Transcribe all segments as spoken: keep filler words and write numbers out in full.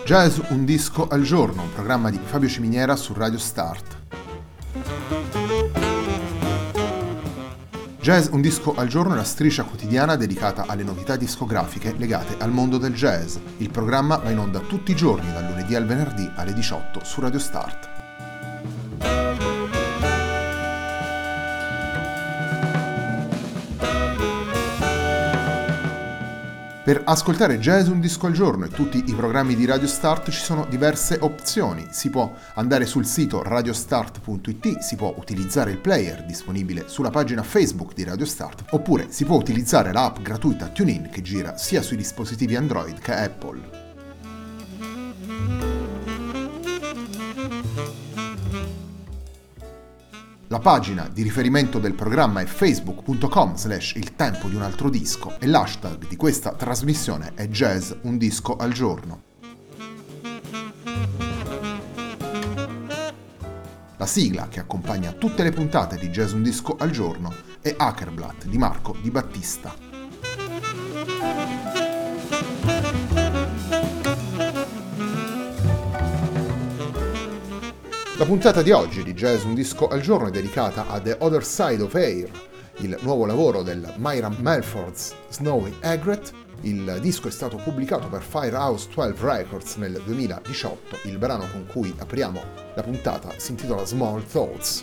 Jazz un disco al giorno, un programma di Fabio Ciminiera su Radio Start. Jazz un disco al giorno è la striscia quotidiana dedicata alle novità discografiche legate al mondo del jazz. Il programma va in onda tutti i giorni, dal lunedì al venerdì alle diciotto su Radio Start. Per ascoltare Jazz un disco al giorno e tutti i programmi di Radio Start ci sono diverse opzioni. Si può andare sul sito radiostart punto it, si può utilizzare il player disponibile sulla pagina Facebook di Radio Start, oppure si può utilizzare l'app gratuita TuneIn che gira sia sui dispositivi Android che Apple. La pagina di riferimento del programma è facebook punto com slash il tempo di un altro disco e l'hashtag di questa trasmissione è Jazz un disco al giorno. La sigla che accompagna tutte le puntate di Jazz un disco al giorno è Ackerblatt di Marco Di Battista. La puntata di oggi di Jazz un disco al giorno è dedicata a The Other Side of Air, il nuovo lavoro del Myra Melford's Snowy Egret. Il disco è stato pubblicato per Firehouse dodici Records nel duemiladiciotto. Il brano con cui apriamo la puntata si intitola Small Thoughts.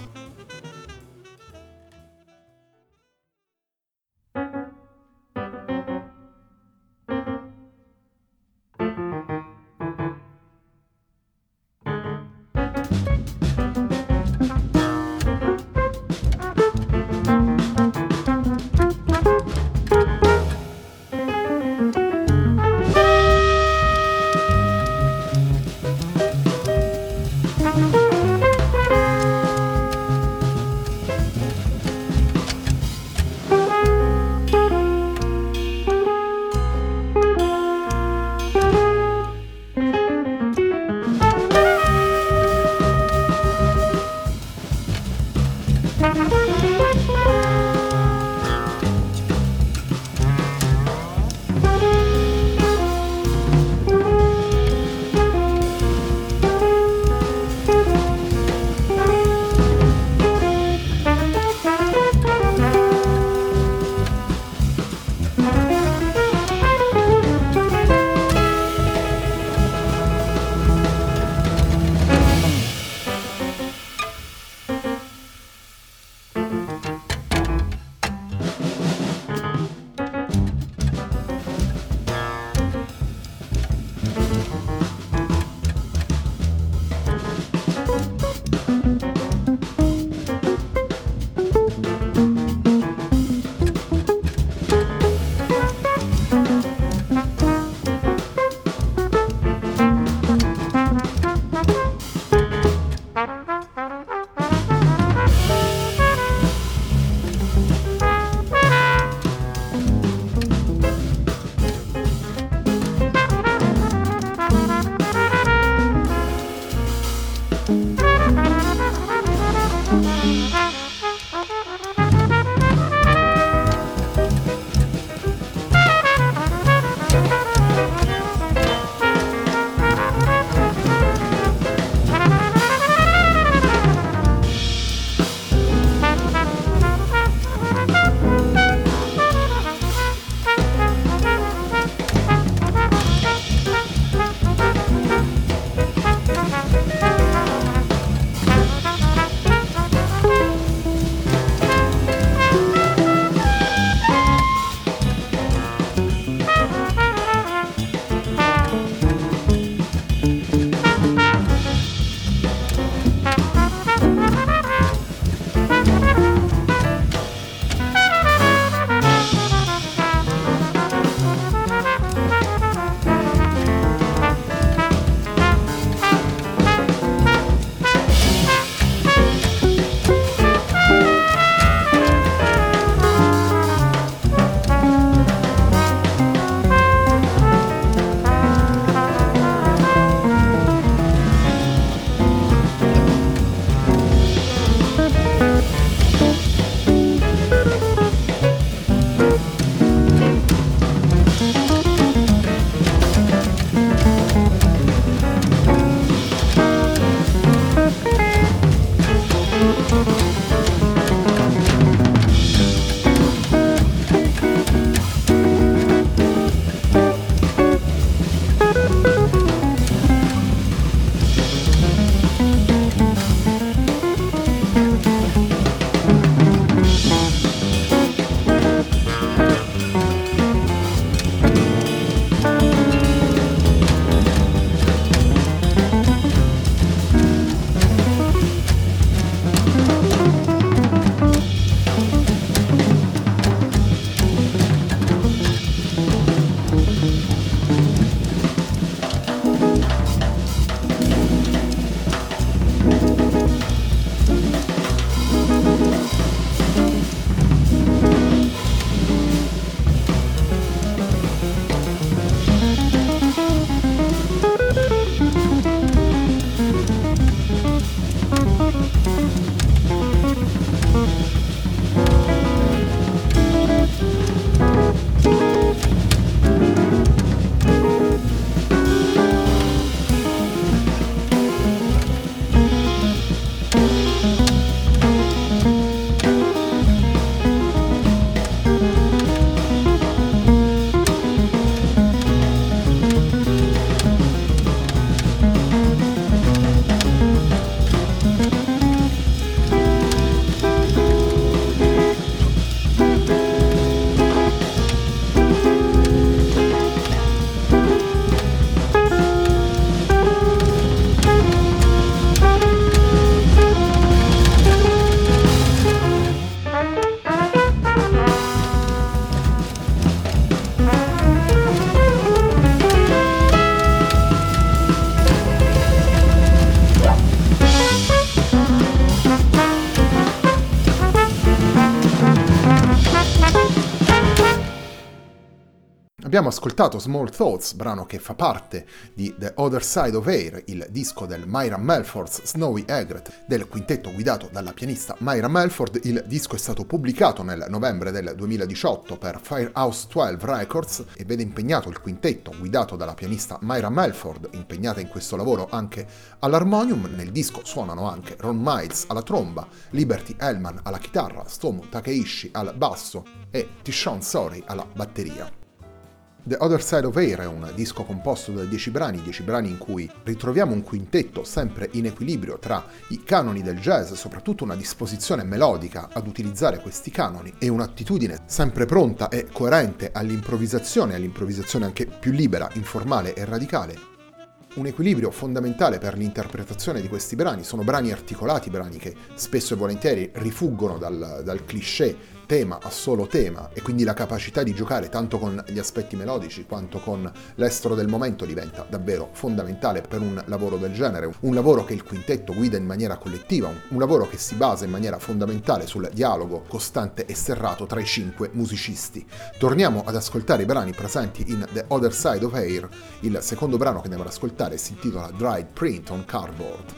Abbiamo ascoltato Small Thoughts, brano che fa parte di The Other Side of Air, il disco del Myra Melford's Snowy Egret, del quintetto guidato dalla pianista Myra Melford. Il disco è stato pubblicato nel novembre del duemiladiciotto per Firehouse dodici Records e vede impegnato il quintetto guidato dalla pianista Myra Melford, impegnata in questo lavoro anche all'armonium. Nel disco suonano anche Ron Miles alla tromba, Liberty Hellman alla chitarra, Stomu Takeishi al basso e Tishon Sori alla batteria. The Other Side of Air è un disco composto da dieci brani, dieci brani in cui ritroviamo un quintetto sempre in equilibrio tra i canoni del jazz, soprattutto una disposizione melodica ad utilizzare questi canoni e un'attitudine sempre pronta e coerente all'improvvisazione, all'improvvisazione anche più libera, informale e radicale. Un equilibrio fondamentale per l'interpretazione di questi brani. Sono brani articolati, brani che spesso e volentieri rifuggono dal, dal cliché tema a solo tema, e quindi la capacità di giocare tanto con gli aspetti melodici quanto con l'estro del momento diventa davvero fondamentale per un lavoro del genere, un lavoro che il quintetto guida in maniera collettiva, un, un lavoro che si basa in maniera fondamentale sul dialogo costante e serrato tra i cinque musicisti. Torniamo ad ascoltare i brani presenti in The Other Side of Air. Il secondo brano che andiamo ad ascoltare si intitola Dried Print on Cardboard.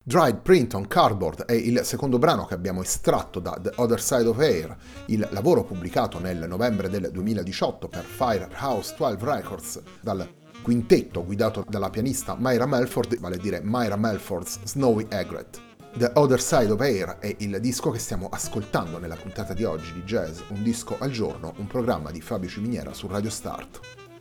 Dried Print on Cardboard è il secondo brano che abbiamo estratto da The Other Side of Air, il lavoro pubblicato nel novembre del duemiladiciotto per Firehouse dodici Records dal quintetto guidato dalla pianista Myra Melford, vale a dire Myra Melford's Snowy Egret. The Other Side of Air è il disco che stiamo ascoltando nella puntata di oggi di Jazz Un Disco al Giorno, un programma di Fabio Ciminiera su Radio Start.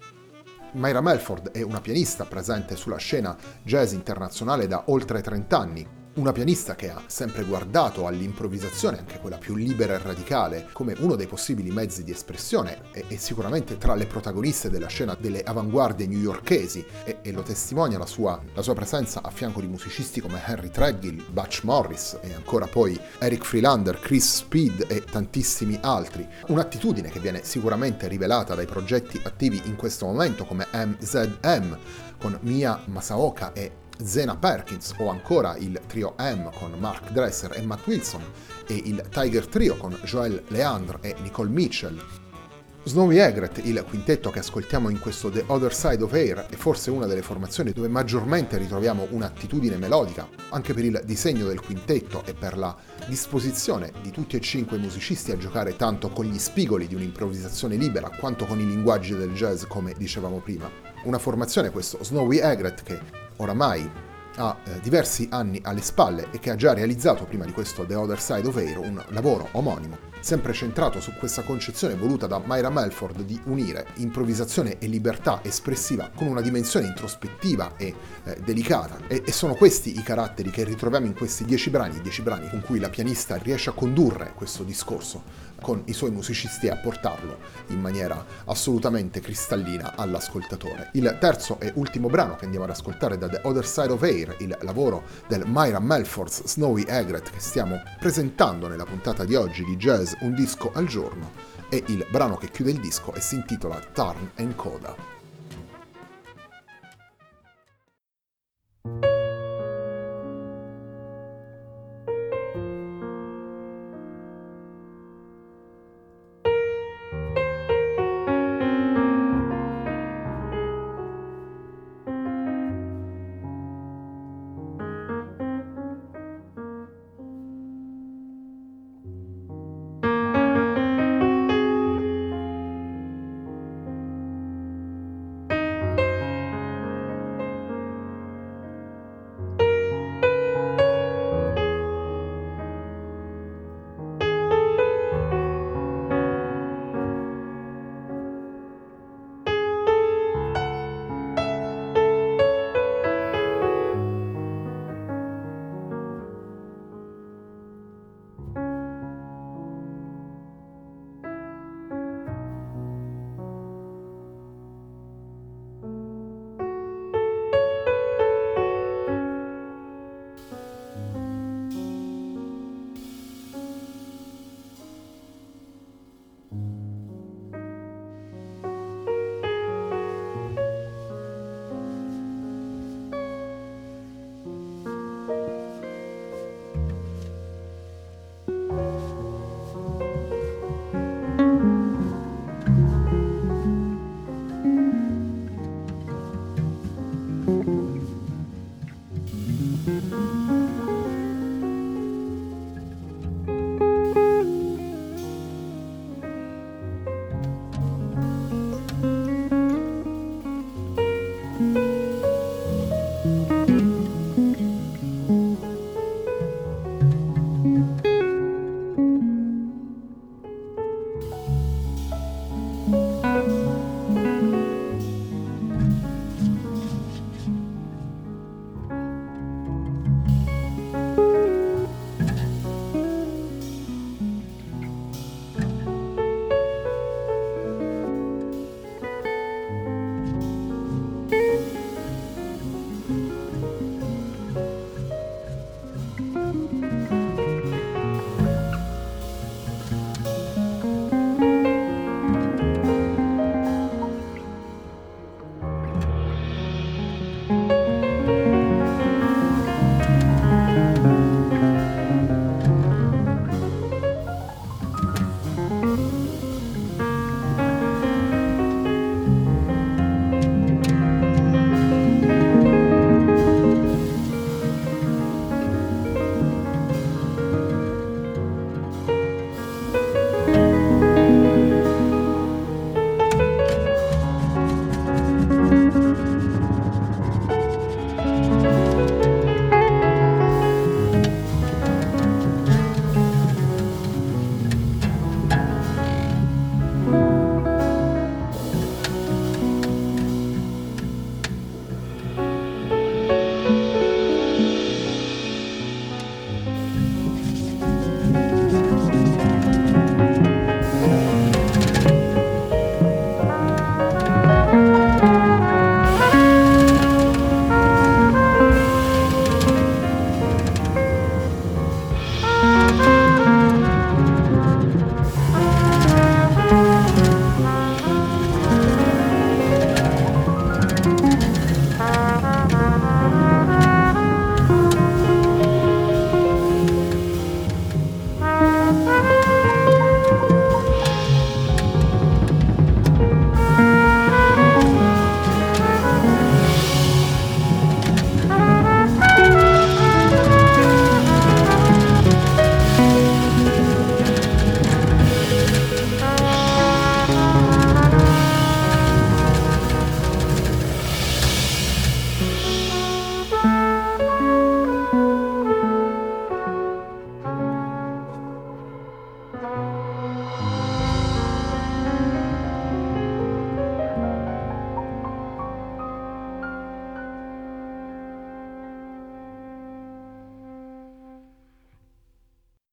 Myra Melford è una pianista presente sulla scena jazz internazionale da oltre trenta anni, una pianista che ha sempre guardato all'improvvisazione, anche quella più libera e radicale, come uno dei possibili mezzi di espressione e, e sicuramente tra le protagoniste della scena delle avanguardie newyorkesi e, e lo testimonia la sua, la sua presenza a fianco di musicisti come Henry Threadgill, Butch Morris e ancora poi Eric Freelander, Chris Speed e tantissimi altri. Un'attitudine che viene sicuramente rivelata dai progetti attivi in questo momento come M Z M con Mia Masaoka e Zena Perkins, o ancora il trio M con Mark Dresser e Matt Wilson, e il Tiger Trio con Joel Leandre e Nicole Mitchell. Snowy Egret, il quintetto che ascoltiamo in questo The Other Side of Air, è forse una delle formazioni dove maggiormente ritroviamo un'attitudine melodica, anche per il disegno del quintetto e per la disposizione di tutti e cinque i musicisti a giocare tanto con gli spigoli di un'improvvisazione libera quanto con i linguaggi del jazz, come dicevamo prima. Una formazione, questo Snowy Egret, che oramai ha eh, diversi anni alle spalle e che ha già realizzato prima di questo The Other Side of Air un lavoro omonimo, sempre centrato su questa concezione voluta da Myra Melford di unire improvvisazione e libertà espressiva con una dimensione introspettiva e eh, delicata. E, e sono questi i caratteri che ritroviamo in questi dieci brani, dieci brani con cui la pianista riesce a condurre questo discorso con i suoi musicisti e a portarlo in maniera assolutamente cristallina all'ascoltatore. Il terzo e ultimo brano che andiamo ad ascoltare da The Other Side of Air, il lavoro del Myra Melford's Snowy Egret che stiamo presentando nella puntata di oggi di Jazz Un Disco al Giorno, è il brano che chiude il disco e si intitola Turn and Coda.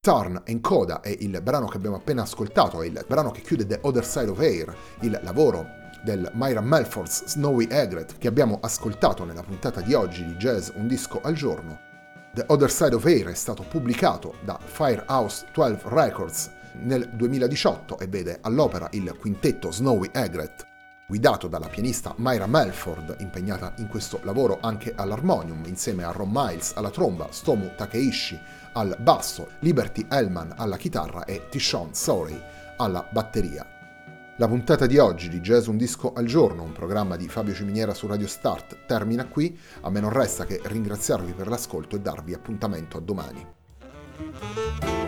Turn and Coda è il brano che abbiamo appena ascoltato, è il brano che chiude The Other Side of Air, il lavoro del Myra Melford's Snowy Egret che abbiamo ascoltato nella puntata di oggi di Jazz Un Disco al Giorno. The Other Side of Air è stato pubblicato da Firehouse dodici Records nel duemiladiciotto e vede all'opera il quintetto Snowy Egret, guidato dalla pianista Myra Melford, impegnata in questo lavoro anche all'armonium, insieme a Ron Miles alla tromba, Stomu Takeishi al basso, Liberty Hellman alla chitarra e Tishon Sorey alla batteria. La puntata di oggi di Jazz Un Disco al Giorno, un programma di Fabio Ciminiera su Radio Start, termina qui. A me non resta che ringraziarvi per l'ascolto e darvi appuntamento a domani.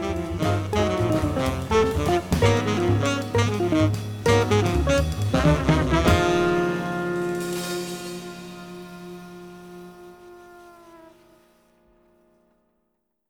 Thank you.